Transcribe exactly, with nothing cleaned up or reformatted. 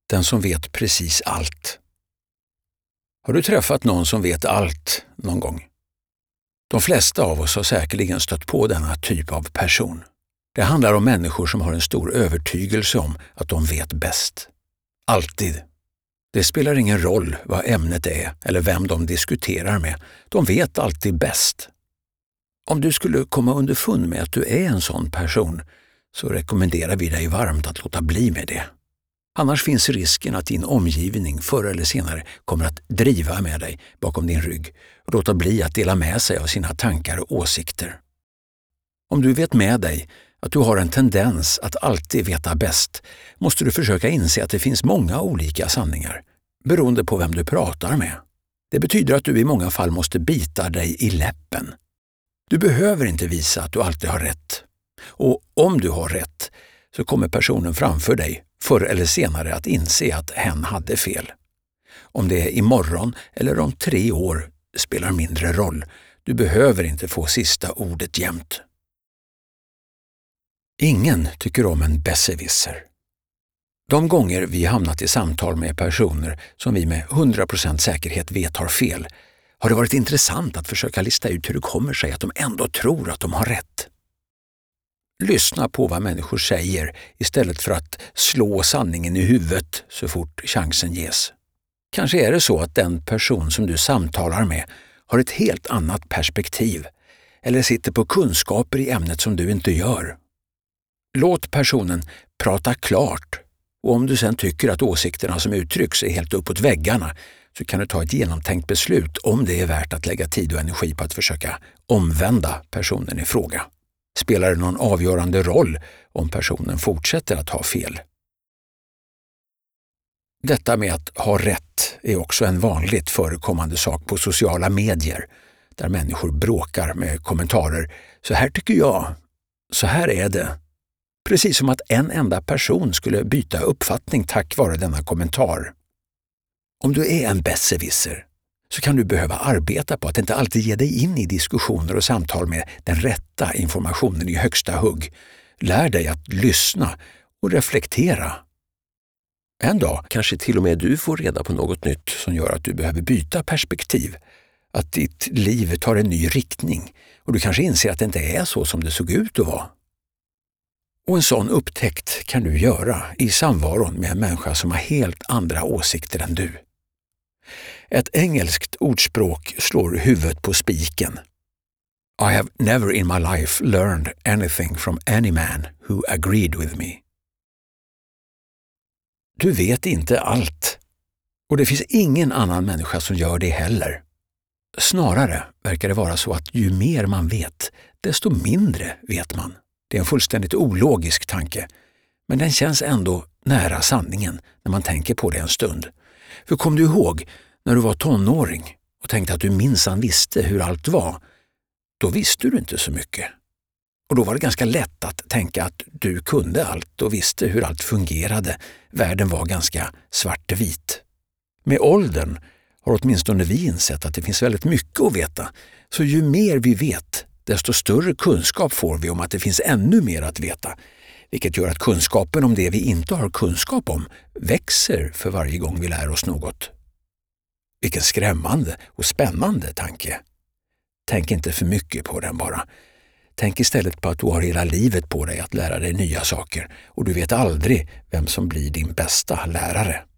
Den som vet precis allt. Har du träffat någon som vet allt någon gång? De flesta av oss har säkerligen stött på denna typ av person. Det handlar om människor som har en stor övertygelse om att de vet bäst. Alltid. Det spelar ingen roll vad ämnet är eller vem de diskuterar med. De vet alltid bäst. Om du skulle komma underfund med att du är en sån person så rekommenderar vi dig varmt att låta bli med det. Annars finns risken att din omgivning förr eller senare kommer att driva med dig bakom din rygg och låta bli att dela med sig av sina tankar och åsikter. Om du vet med dig att du har en tendens att alltid veta bäst måste du försöka inse att det finns många olika sanningar beroende på vem du pratar med. Det betyder att du i många fall måste bita dig i läppen. Du behöver inte visa att du alltid har rätt. Och om du har rätt så kommer personen framför dig förr eller senare att inse att hen hade fel. Om det är imorgon eller om tre år spelar mindre roll. Du behöver inte få sista ordet jämt. Ingen tycker om en besserwisser. De gånger vi hamnat i samtal med personer som vi med hundra procent säkerhet vet har fel har det varit intressant att försöka lista ut hur det kommer sig att de ändå tror att de har rätt. Lyssna på vad människor säger istället för att slå sanningen i huvudet så fort chansen ges. Kanske är det så att den person som du samtalar med har ett helt annat perspektiv eller sitter på kunskaper i ämnet som du inte gör. Låt personen prata klart och om du sen tycker att åsikterna som uttrycks är helt uppåt väggarna så kan du ta ett genomtänkt beslut om det är värt att lägga tid och energi på att försöka omvända personen i fråga. Spelar det någon avgörande roll om personen fortsätter att ha fel? Detta med att ha rätt är också en vanligt förekommande sak på sociala medier där människor bråkar med kommentarer. Så här tycker jag. Så här är det. Precis som att en enda person skulle byta uppfattning tack vare denna kommentar. Om du är en besserwisser så kan du behöva arbeta på att inte alltid ge dig in i diskussioner och samtal med den rätta informationen i högsta hugg. Lär dig att lyssna och reflektera. En dag kanske till och med du får reda på något nytt som gör att du behöver byta perspektiv. Att ditt liv tar en ny riktning och du kanske inser att det inte är så som det såg ut att vara. Och en sån upptäckt kan du göra i samvaron med en människa som har helt andra åsikter än du. Ett engelskt ordspråk slår huvudet på spiken. I have never in my life learned anything from any man who agreed with me. Du vet inte allt. Och det finns ingen annan människa som gör det heller. Snarare verkar det vara så att ju mer man vet, desto mindre vet man. Det är en fullständigt ologisk tanke, men den känns ändå nära sanningen när man tänker på det en stund. För kom du ihåg när du var tonåring och tänkte att du minsann visste hur allt var, då visste du inte så mycket. Och då var det ganska lätt att tänka att du kunde allt och visste hur allt fungerade. Världen var ganska svartvit. Med åldern har åtminstone vi insett att det finns väldigt mycket att veta. Så ju mer vi vet, desto större kunskap får vi om att det finns ännu mer att veta. Vilket gör att kunskapen om det vi inte har kunskap om växer för varje gång vi lär oss något. Vilken skrämmande och spännande tanke. Tänk inte för mycket på den bara. Tänk istället på att du har hela livet på dig att lära dig nya saker och du vet aldrig vem som blir din bästa lärare.